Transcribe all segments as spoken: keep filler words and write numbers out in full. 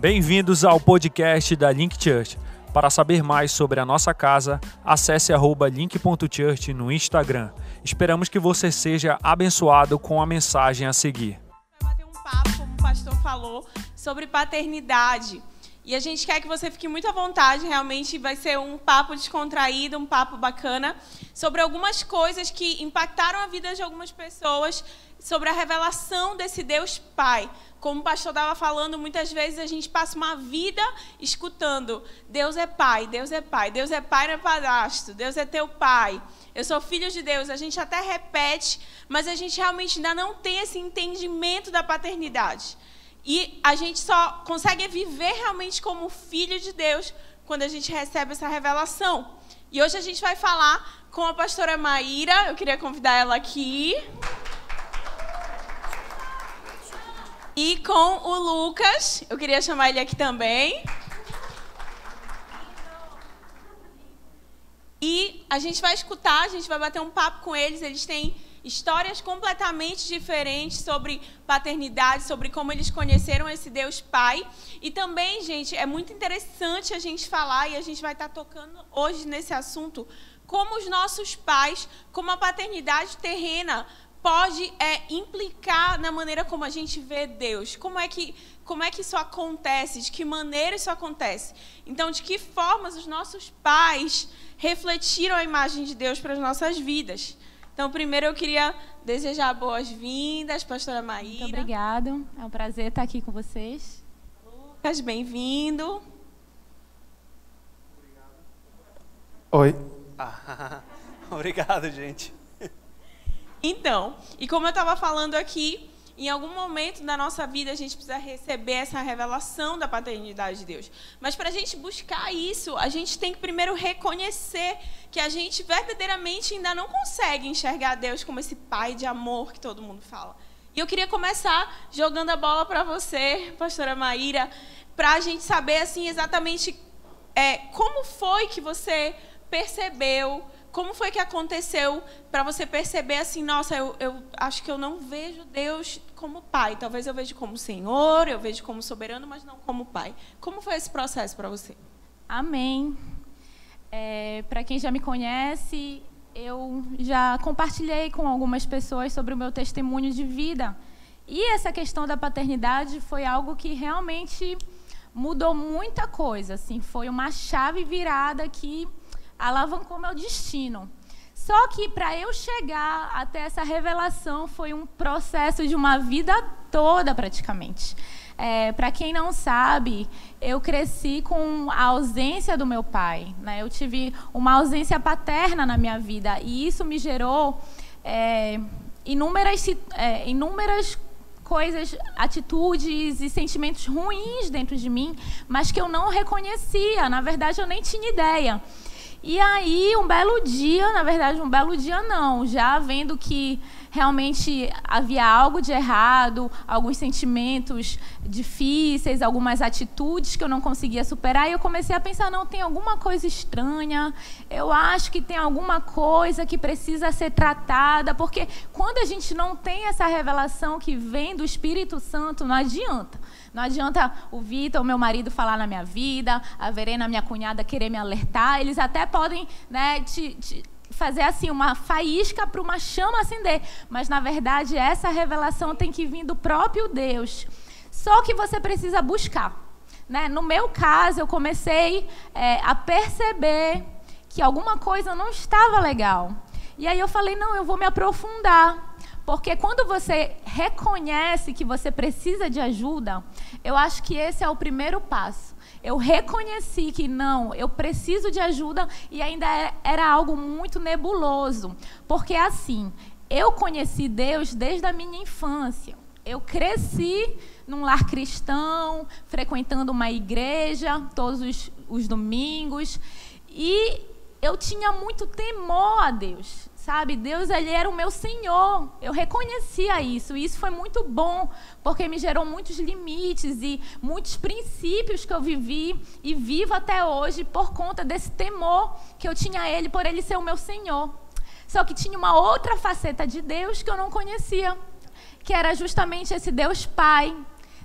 Bem-vindos ao podcast da Link Church. Para saber mais sobre a nossa casa, acesse arroba link ponto church no Instagram. Esperamos que você seja abençoado com a mensagem a seguir. Vai bater um papo, como o pastor falou, sobre paternidade. E a gente quer que você fique muito à vontade, realmente vai ser um papo descontraído, um papo bacana, sobre algumas coisas que impactaram a vida de algumas pessoas, sobre a revelação desse Deus Pai. Como o pastor estava falando, muitas vezes a gente passa uma vida escutando: Deus é Pai, Deus é Pai, Deus é Pai, não é padrasto, Deus é teu Pai, eu sou filho de Deus. A gente até repete, mas a gente realmente ainda não tem esse entendimento da paternidade. E a gente só consegue viver realmente como filho de Deus quando a gente recebe essa revelação. E hoje a gente vai falar com a pastora Maíra. Eu queria convidar ela aqui. E com o Lucas. Eu queria chamar ele aqui também. E a gente vai escutar, a gente vai bater um papo com eles. Eles têm histórias completamente diferentes sobre paternidade, sobre como eles conheceram esse Deus Pai. E também, gente, é muito interessante a gente falar, e a gente vai estar tocando hoje nesse assunto, como os nossos pais, como a paternidade terrena pode é, implicar na maneira como a gente vê Deus. Como é que, como é que isso acontece? De que maneira isso acontece? Então, de que formas os nossos pais refletiram a imagem de Deus para as nossas vidas? Então, primeiro eu queria desejar boas-vindas, pastora Maíra. Muito obrigada. É um prazer estar aqui com vocês. Lucas, bem-vindo. Oi. Ah, obrigado, gente. Então, e como eu estava falando aqui, em algum momento da nossa vida a gente precisa receber essa revelação da paternidade de Deus. Mas para a gente buscar isso, a gente tem que primeiro reconhecer que a gente verdadeiramente ainda não consegue enxergar Deus como esse pai de amor que todo mundo fala. E eu queria começar jogando a bola para você, pastora Maíra, para a gente saber assim, exatamente é, como foi que você percebeu. Como foi que aconteceu para você perceber assim, nossa, eu, eu acho que eu não vejo Deus como pai. Talvez eu veja como Senhor, eu vejo como soberano, mas não como pai. Como foi esse processo para você? Amém. É, para quem já me conhece, eu já compartilhei com algumas pessoas sobre o meu testemunho de vida. E essa questão da paternidade foi algo que realmente mudou muita coisa. Assim, foi uma chave virada que alavancou meu destino. Só que para eu chegar até essa revelação foi um processo de uma vida toda praticamente. É, para quem não sabe, eu cresci com a ausência do meu pai, né? Eu tive uma ausência paterna na minha vida e isso me gerou é, inúmeras, é, inúmeras coisas, atitudes e sentimentos ruins dentro de mim, mas que eu não reconhecia. Na verdade, eu nem tinha ideia. E aí, um belo dia, na verdade, um belo dia não, já vendo que realmente havia algo de errado, alguns sentimentos difíceis, algumas atitudes que eu não conseguia superar, e eu comecei a pensar, não, tem alguma coisa estranha, eu acho que tem alguma coisa que precisa ser tratada, porque quando a gente não tem essa revelação que vem do Espírito Santo, não adianta. Não adianta o Vitor, meu marido, falar na minha vida, a Verena, minha cunhada, querer me alertar. Eles até podem, né, te, te fazer assim, uma faísca para uma chama acender. Mas, na verdade, essa revelação tem que vir do próprio Deus. Só que você precisa buscar. Né? No meu caso, eu comecei é, a perceber que alguma coisa não estava legal. E aí eu falei, não, eu vou me aprofundar. Porque quando você reconhece que você precisa de ajuda, eu acho que esse é o primeiro passo. Eu reconheci que não, eu preciso de ajuda e ainda era algo muito nebuloso. Porque assim, eu conheci Deus desde a minha infância. Eu cresci num lar cristão, frequentando uma igreja todos os, os domingos. E eu tinha muito temor a Deus. Sabe, Deus, ele era o meu Senhor. Eu reconhecia isso. E isso foi muito bom, porque me gerou muitos limites e muitos princípios que eu vivi e vivo até hoje por conta desse temor que eu tinha a ele, por ele ser o meu Senhor. Só que tinha uma outra faceta de Deus que eu não conhecia, que era justamente esse Deus Pai,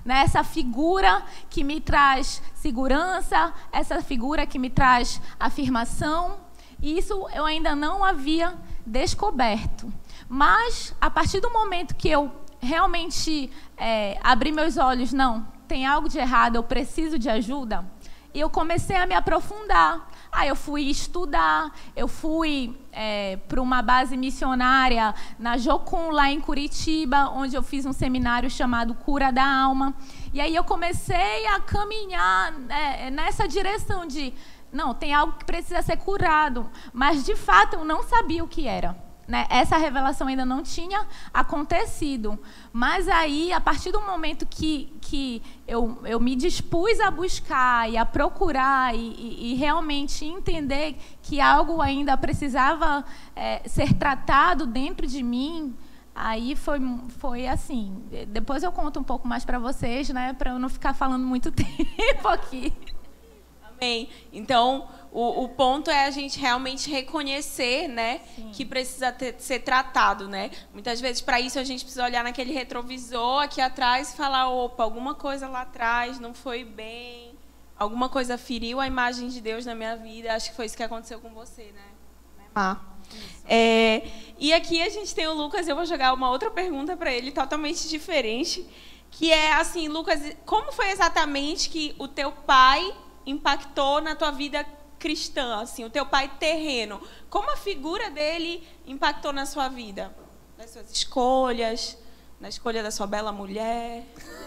né? Essa figura que me traz segurança, essa figura que me traz afirmação. E isso eu ainda não havia descoberto. Mas, a partir do momento que eu realmente é, abri meus olhos, não, tem algo de errado, eu preciso de ajuda, e eu comecei a me aprofundar. Aí eu fui estudar, eu fui é, para uma base missionária na Jocum, lá em Curitiba, onde eu fiz um seminário chamado Cura da Alma. E aí eu comecei a caminhar é, nessa direção de, não, tem algo que precisa ser curado, mas de fato eu não sabia o que era. Né? Essa revelação ainda não tinha acontecido. Mas aí, a partir do momento que, que eu, eu me dispus a buscar e a procurar e, e, e realmente entender que algo ainda precisava é, ser tratado dentro de mim, aí foi, foi assim. Depois eu conto um pouco mais para vocês, né, para eu não ficar falando muito tempo aqui. Amém. Então, o, o ponto é a gente realmente reconhecer, né, que precisa ter, ser tratado, né? Muitas vezes, para isso, a gente precisa olhar naquele retrovisor aqui atrás e falar, opa, alguma coisa lá atrás não foi bem, alguma coisa feriu a imagem de Deus na minha vida. Acho que foi isso que aconteceu com você, né? Ah. É, e aqui a gente tem o Lucas, eu vou jogar uma outra pergunta para ele, totalmente diferente, que é assim, Lucas, como foi exatamente que o teu pai impactou na tua vida cristã, assim, o teu pai terreno? Como a figura dele impactou na sua vida? Nas suas escolhas, na escolha da sua bela mulher?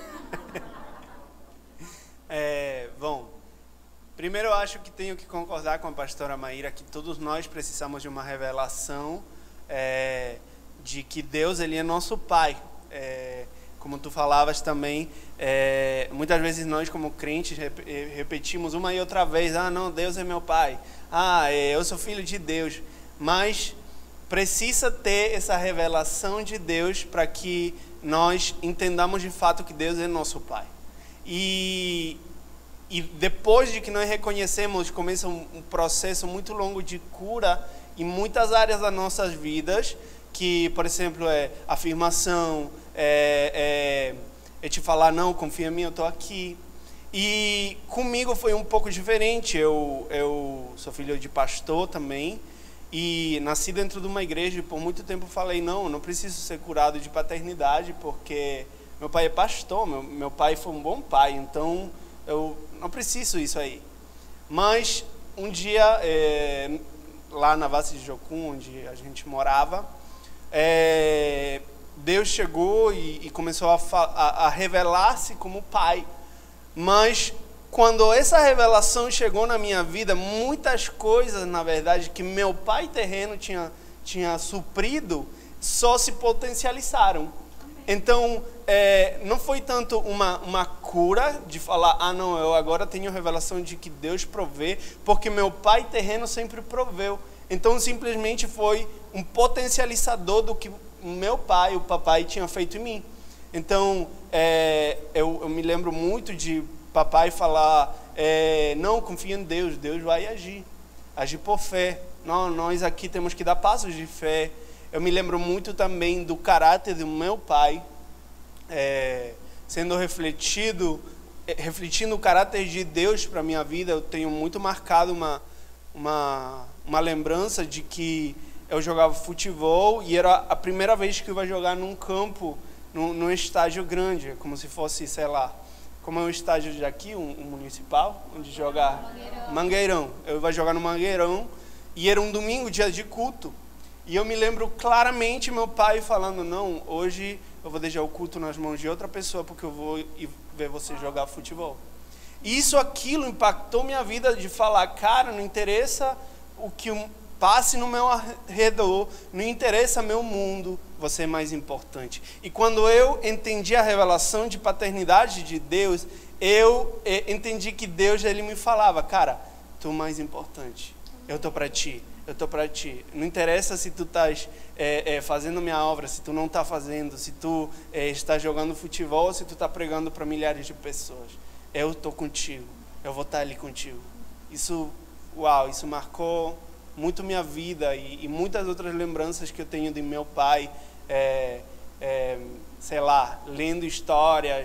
É, bom, primeiro eu acho que tenho que concordar com a pastora Maíra que todos nós precisamos de uma revelação é, de que Deus, ele é nosso pai. É, como tu falavas também, é, muitas vezes nós como crentes rep repetimos uma e outra vez, ah, não, Deus é meu pai, ah, é, eu sou filho de Deus, mas precisa ter essa revelação de Deus para que nós entendamos de fato que Deus é nosso pai. E, e depois de que nós reconhecemos, começa um, um processo muito longo de cura em muitas áreas das nossas vidas, que, por exemplo, é afirmação, é, é, é te falar, não, confia em mim, eu estou aqui. E comigo foi um pouco diferente. Eu, eu sou filho de pastor também, e nasci dentro de uma igreja, e por muito tempo falei, não, eu não preciso ser curado de paternidade, porque meu pai é pastor, meu, meu pai foi um bom pai, então eu não preciso isso aí. Mas um dia, é, lá na Vasta de Jocum, onde a gente morava, é, Deus chegou e, e começou a, a, a revelar-se como pai. Mas quando essa revelação chegou na minha vida, muitas coisas, na verdade, que meu pai terreno tinha, tinha suprido, só se potencializaram. Então, é, não foi tanto uma, uma cura de falar, ah, não, eu agora tenho a revelação de que Deus provê, porque meu pai terreno sempre proveu. Então, simplesmente foi um potencializador do que o meu pai, o papai, tinha feito em mim. Então, é, eu, eu me lembro muito de papai falar, é, não, confia em Deus, Deus vai agir, agir por fé. Não, nós aqui temos que dar passos de fé. Eu me lembro muito também do caráter do meu pai, é, sendo refletido, refletindo o caráter de Deus para a minha vida. Eu tenho muito marcado uma, uma, uma lembrança de que eu jogava futebol e era a primeira vez que eu ia jogar num campo, num, num estádio grande, como se fosse, sei lá, como é um estádio de aqui, um, um municipal, onde jogar Mangueirão. Mangueirão. Eu ia jogar no Mangueirão e era um domingo, dia de culto. E eu me lembro claramente meu pai falando, não, hoje eu vou deixar o culto nas mãos de outra pessoa porque eu vou ir ver você jogar futebol. E isso, aquilo impactou minha vida de falar, cara, não interessa o que passe no meu redor, não interessa meu mundo, você é mais importante. E quando eu entendi a revelação de paternidade de Deus, eu entendi que Deus, ele me falava, cara, tu é mais importante, eu tô para ti. Eu estou para ti. Não interessa se tu estás é, é, fazendo minha obra, se tu não está fazendo, se tu é, está jogando futebol, se tu está pregando para milhares de pessoas. Eu estou contigo. Eu vou estar ali contigo. Isso, uau, isso marcou muito minha vida e, e muitas outras lembranças que eu tenho de meu pai, é, é, sei lá, lendo histórias,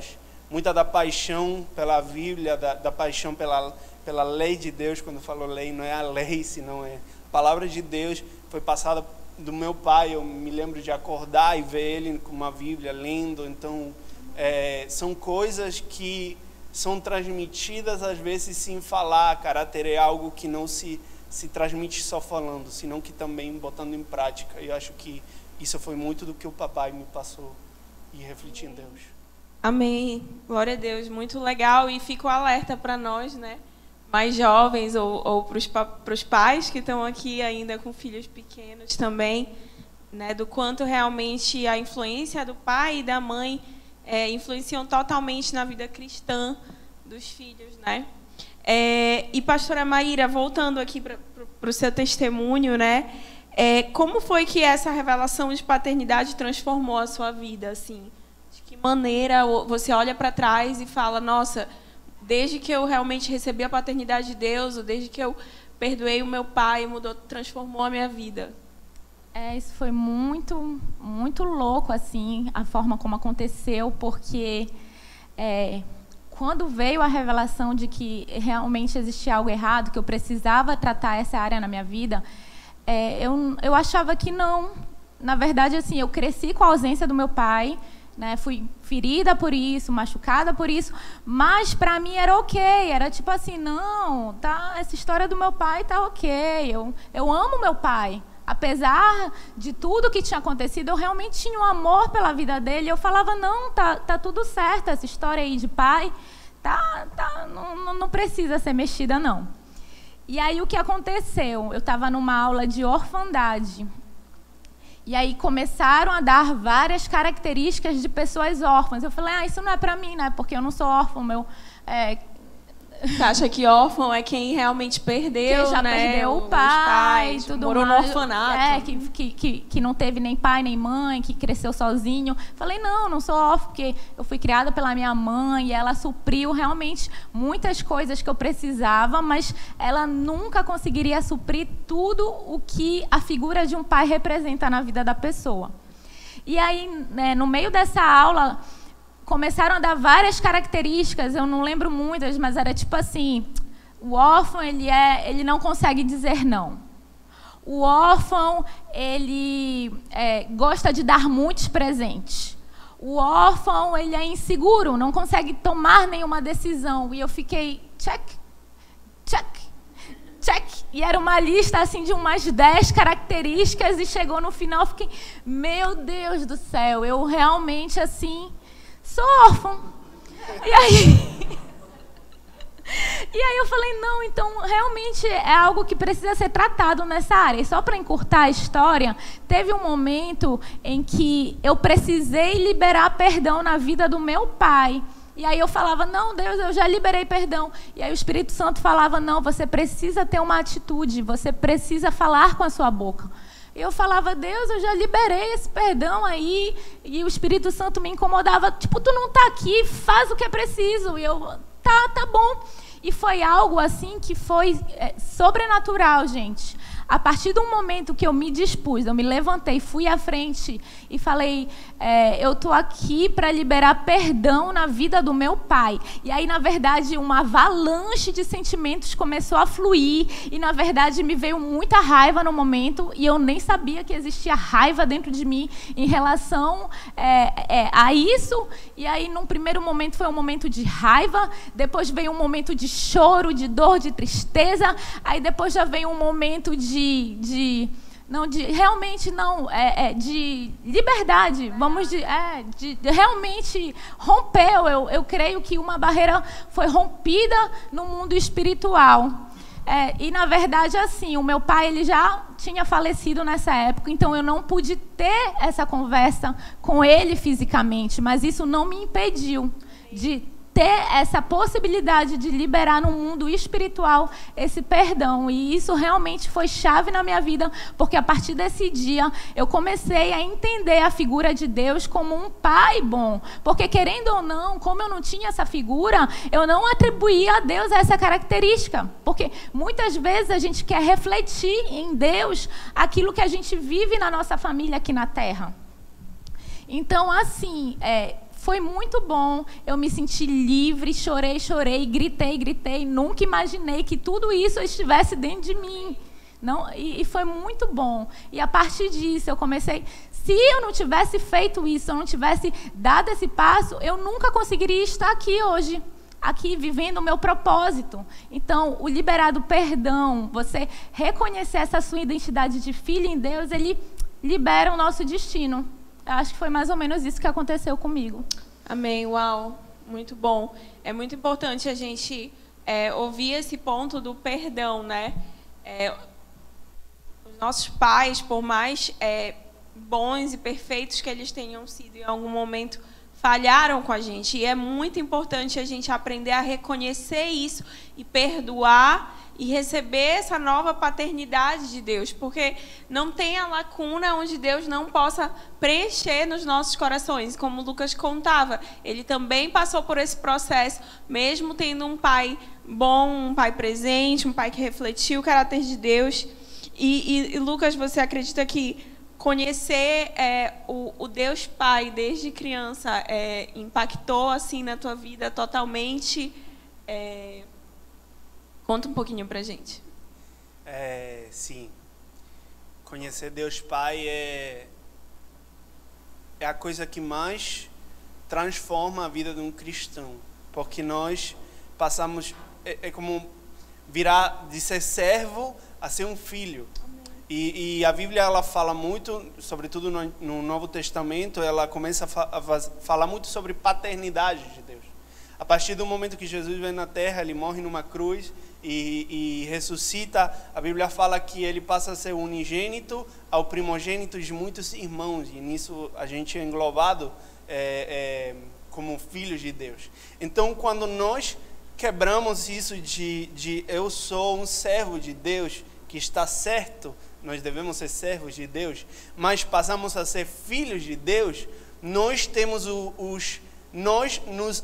muita da paixão pela Bíblia, da, da paixão pela, pela lei de Deus. Quando eu falo lei, não é a lei, senão é a palavra de Deus, foi passada do meu pai. Eu me lembro de acordar e ver ele com uma Bíblia lendo. Então, é, são coisas que são transmitidas às vezes sem falar. Caráter é algo que não se, se transmite só falando, senão que também botando em prática. E eu acho que isso foi muito do que o papai me passou e refletir em Deus. Amém. Glória a Deus. Muito legal. E fico alerta para nós, né? Mais jovens ou, ou para os pais que estão aqui ainda com filhos pequenos também, né? Do quanto realmente a influência do pai e da mãe é, influenciam totalmente na vida cristã dos filhos, né? É, e pastora Maíra, voltando aqui para o seu testemunho, né? É, como foi que essa revelação de paternidade transformou a sua vida, assim? De que maneira você olha para trás e fala, nossa, desde que eu realmente recebi a paternidade de Deus, ou desde que eu perdoei o meu pai, mudou, transformou a minha vida? É, isso foi muito, muito louco, assim, a forma como aconteceu, porque é, quando veio a revelação de que realmente existia algo errado, que eu precisava tratar essa área na minha vida, é, eu, eu achava que não. Na verdade, assim, eu cresci com a ausência do meu pai, né, fui ferida por isso, machucada por isso, mas para mim era ok, era tipo assim, não, tá, essa história do meu pai tá ok, eu, eu amo meu pai. Apesar de tudo que tinha acontecido, eu realmente tinha um amor pela vida dele. Eu falava, não, tá, tá tudo certo, essa história aí de pai, tá, tá, não, não precisa ser mexida, não. E aí o que aconteceu? Eu estava numa aula de orfandade. E aí começaram a dar várias características de pessoas órfãs. Eu falei, ah, isso não é para mim, né? Porque eu não sou órfã, meu... É, Você acha que órfão é quem realmente perdeu, que já né? perdeu o pai, pais, tudo morou mais. no orfanato. É, que, que, que, que não teve nem pai nem mãe, que cresceu sozinho. Falei, não, não sou órfã, porque eu fui criada pela minha mãe e ela supriu realmente muitas coisas que eu precisava, mas ela nunca conseguiria suprir tudo o que a figura de um pai representa na vida da pessoa. E aí, né, no meio dessa aula, começaram a dar várias características, eu não lembro muitas, mas era tipo assim, o órfão, ele, é, ele não consegue dizer não. O órfão, ele é, gosta de dar muitos presentes. O órfão, ele é inseguro, não consegue tomar nenhuma decisão. E eu fiquei, check, check, check. E era uma lista assim, de umas dez características e chegou no final, eu fiquei, meu Deus do céu, eu realmente assim... sou órfã. E aí, e aí eu falei, não, então realmente é algo que precisa ser tratado nessa área. E só para encurtar a história, teve um momento em que eu precisei liberar perdão na vida do meu pai. E aí eu falava, não, Deus, eu já liberei perdão. E aí o Espírito Santo falava, não, você precisa ter uma atitude, você precisa falar com a sua boca. E eu falava, Deus, eu já liberei esse perdão aí. E o Espírito Santo me incomodava, tipo, tu não tá aqui, faz o que é preciso. E eu, tá, tá bom. E foi algo assim que foi é, sobrenatural, gente. A partir do momento que eu me dispus, eu me levantei, fui à frente e falei, é, eu estou aqui para liberar perdão na vida do meu pai. E aí, na verdade, uma avalanche de sentimentos começou a fluir e, na verdade, me veio muita raiva no momento e eu nem sabia que existia raiva dentro de mim em relação é, é, a isso. E aí, num primeiro momento, foi um momento de raiva, depois veio um momento de choro, de dor, de tristeza, aí depois já veio um momento de De, de, não, de realmente não, é, é, de liberdade, vamos de, é, de, de realmente rompeu. Eu, eu creio que uma barreira foi rompida no mundo espiritual. É, e na verdade, assim, o meu pai ele já tinha falecido nessa época, então eu não pude ter essa conversa com ele fisicamente, mas isso não me impediu de ter essa possibilidade de liberar no mundo espiritual esse perdão. E isso realmente foi chave na minha vida, porque a partir desse dia eu comecei a entender a figura de Deus como um pai bom. Porque, querendo ou não, como eu não tinha essa figura, eu não atribuía a Deus essa característica. Porque muitas vezes a gente quer refletir em Deus aquilo que a gente vive na nossa família aqui na Terra. Então, assim, é, foi muito bom. Eu me senti livre, chorei, chorei, gritei, gritei. Nunca imaginei que tudo isso estivesse dentro de mim. Não, e, e foi muito bom. E a partir disso eu comecei... Se eu não tivesse feito isso, se eu não tivesse dado esse passo, eu nunca conseguiria estar aqui hoje, aqui vivendo o meu propósito. Então, o liberar do perdão, você reconhecer essa sua identidade de filho em Deus, ele libera o nosso destino. Eu acho que foi mais ou menos isso que aconteceu comigo. Amém, uau, muito bom. É muito importante a gente é, ouvir esse ponto do perdão, né? É, os nossos pais, por mais... É, bons e perfeitos que eles tenham sido, em algum momento falharam com a gente. E é muito importante a gente aprender a reconhecer isso e perdoar e receber essa nova paternidade de Deus, porque não tem a lacuna onde Deus não possa preencher nos nossos corações. Como o Lucas contava, ele também passou por esse processo, mesmo tendo um pai bom, um pai presente, um pai que refletiu o caráter de Deus. E, e, e Lucas, você acredita que conhecer é, o, o Deus Pai desde criança é, impactou assim na tua vida totalmente? É... Conta um pouquinho pra gente. É, sim. Conhecer Deus Pai é, é a coisa que mais transforma a vida de um cristão. Porque nós passamos... É, é como virar de ser servo a ser um filho. E, e a Bíblia, ela fala muito, sobretudo no, no Novo Testamento, ela começa a, fa a falar muito sobre paternidade de Deus. A partir do momento que Jesus vem na terra, ele morre numa cruz e, e ressuscita, a Bíblia fala que ele passa a ser o unigênito ao primogênito de muitos irmãos. E nisso a gente é englobado é, é, como filhos de Deus. Então, quando nós quebramos isso de, de eu sou um servo de Deus, que está certo, nós devemos ser servos de Deus, mas passamos a ser filhos de Deus, nós temos o, os, nós nos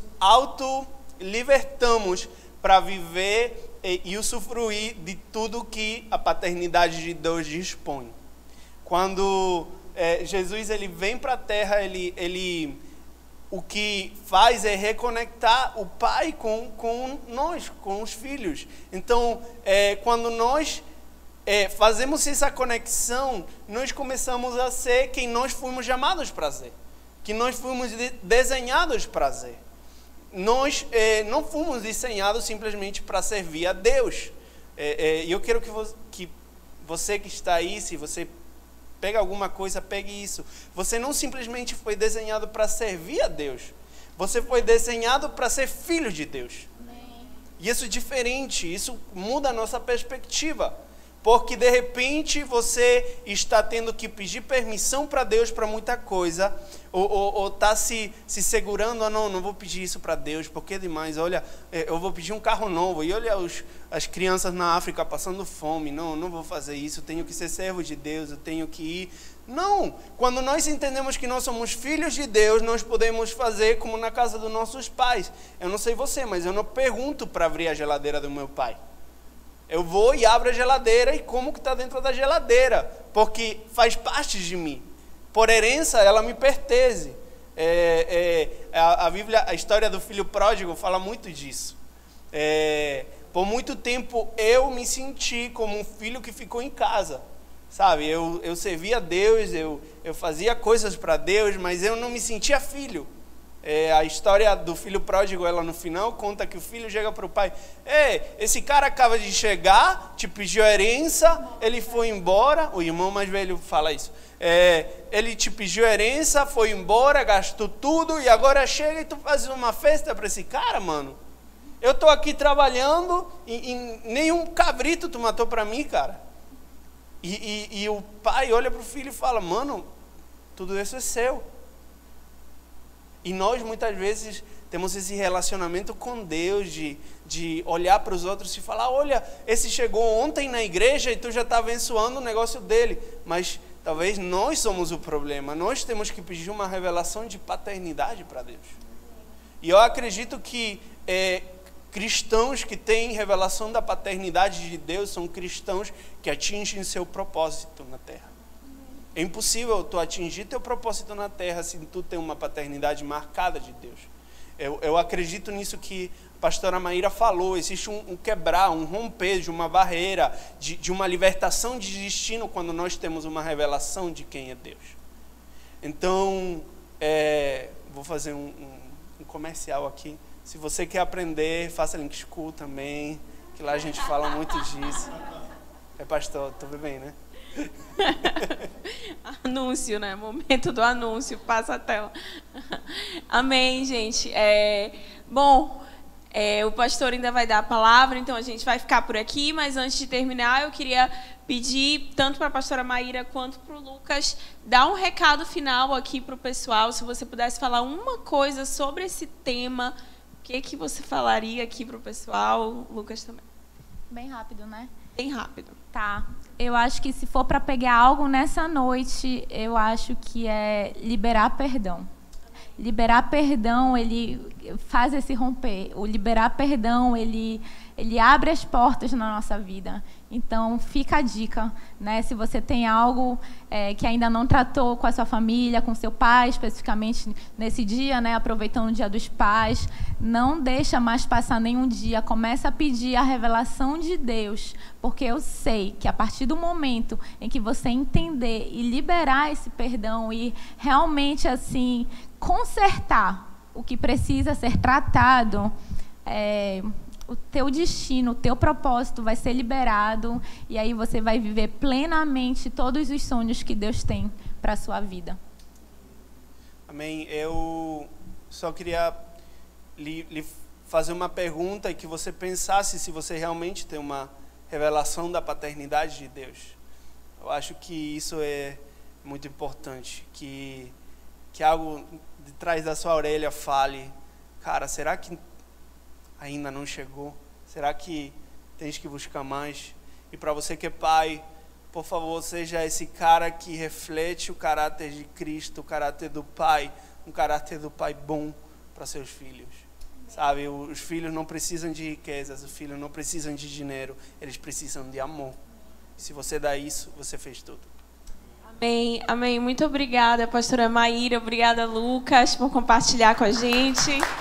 auto-libertamos para viver e, e usufruir de tudo que a paternidade de Deus dispõe. Quando é, Jesus ele vem para a terra, ele, ele, o que faz é reconectar o Pai com, com nós, com os filhos. Então, é, quando nós É, fazemos essa conexão, nós começamos a ser quem nós fomos chamados para ser, que nós fomos de, desenhados para ser. Nós é, não fomos desenhados simplesmente para servir a Deus. É, é, eu quero que você, que você que está aí, se você pega alguma coisa, pegue isso. Você não simplesmente foi desenhado para servir a Deus, você foi desenhado para ser filho de Deus. Amém. E isso é diferente, isso muda a nossa perspectiva. Porque de repente você está tendo que pedir permissão para Deus para muita coisa, ou está se, se segurando, ah, não, não vou pedir isso para Deus, porque é demais, olha, eu vou pedir um carro novo, e olha os, as crianças na África passando fome, não, não vou fazer isso, eu tenho que ser servo de Deus, eu tenho que ir. Não, quando nós entendemos que nós somos filhos de Deus, nós podemos fazer como na casa dos nossos pais. Eu não sei você, mas eu não pergunto para abrir a geladeira do meu pai. Eu vou e abro a geladeira e como que está dentro da geladeira, porque faz parte de mim. Por herança, ela me pertence. É, é, a, a Bíblia, a história do filho pródigo fala muito disso. É, por muito tempo eu me senti como um filho que ficou em casa, sabe? Eu, eu servia a Deus, eu, eu fazia coisas para Deus, mas eu não me sentia filho. É, a história do filho pródigo, ela no final conta que o filho chega para o pai: Ei, esse cara acaba de chegar, te pediu herança, ele foi embora. O irmão mais velho fala isso. É, ele te pediu herança, foi embora, gastou tudo e agora chega e tu fazes uma festa para esse cara, mano. Eu tô aqui trabalhando e, e nenhum cabrito tu matou para mim, cara. E, e, e o pai olha para o filho e fala: Mano, tudo isso é seu. E nós, muitas vezes, temos esse relacionamento com Deus, de, de olhar para os outros e falar: olha, esse chegou ontem na igreja e tu já está abençoando o negócio dele. Mas talvez nós somos o problema. Nós temos que pedir uma revelação de paternidade para Deus. E eu acredito que é, cristãos que têm revelação da paternidade de Deus são cristãos que atingem seu propósito na terra. É impossível tu atingir teu propósito na terra se tu tem uma paternidade marcada de Deus. Eu, eu acredito nisso que a pastora Maíra falou. Existe um, um quebrar, um romper de uma barreira, de, de uma libertação de destino quando nós temos uma revelação de quem é Deus. Então, é, vou fazer um, um, um comercial aqui. Se você quer aprender, faça Link School também, que lá a gente fala muito disso. É, pastor, tudo bem, né? Anúncio, né? Momento do anúncio, passa a tela. Amém, gente. É, bom, é, o pastor ainda vai dar a palavra, então a gente vai ficar por aqui, mas antes de terminar, eu queria pedir, tanto para a pastora Maíra quanto para o Lucas, dar um recado final aqui para o pessoal. Se você pudesse falar uma coisa sobre esse tema, o que, que você falaria aqui para o pessoal? Lucas também. Bem rápido, né? Bem rápido. Tá. Eu acho que se for para pegar algo nessa noite, eu acho que é liberar perdão. Liberar perdão, ele faz esse romper. O liberar perdão, ele, ele abre as portas na nossa vida. Então, fica a dica, né? Se você tem algo é, que ainda não tratou com a sua família, com seu pai, especificamente nesse dia, né? Aproveitando o Dia dos Pais, não deixa mais passar nenhum dia. Começa a pedir a revelação de Deus, porque eu sei que a partir do momento em que você entender e liberar esse perdão e realmente assim consertar o que precisa ser tratado, é, o teu destino, o teu propósito vai ser liberado e aí você vai viver plenamente todos os sonhos que Deus tem para a sua vida. Amém. Eu só queria lhe, lhe fazer uma pergunta e que você pensasse se você realmente tem uma revelação da paternidade de Deus. Eu acho que isso é muito importante, que, que algo de trás da sua orelha fale, cara, será que ainda não chegou? Será que tens que buscar mais? E para você que é pai, por favor, seja esse cara que reflete o caráter de Cristo, o caráter do pai, um caráter do pai bom para seus filhos. Sabe, os filhos não precisam de riquezas, os filhos não precisam de dinheiro, eles precisam de amor. Se você dá isso, você fez tudo. Amém, amém. Muito obrigada, pastora Maíra. Obrigada, Lucas, por compartilhar com a gente.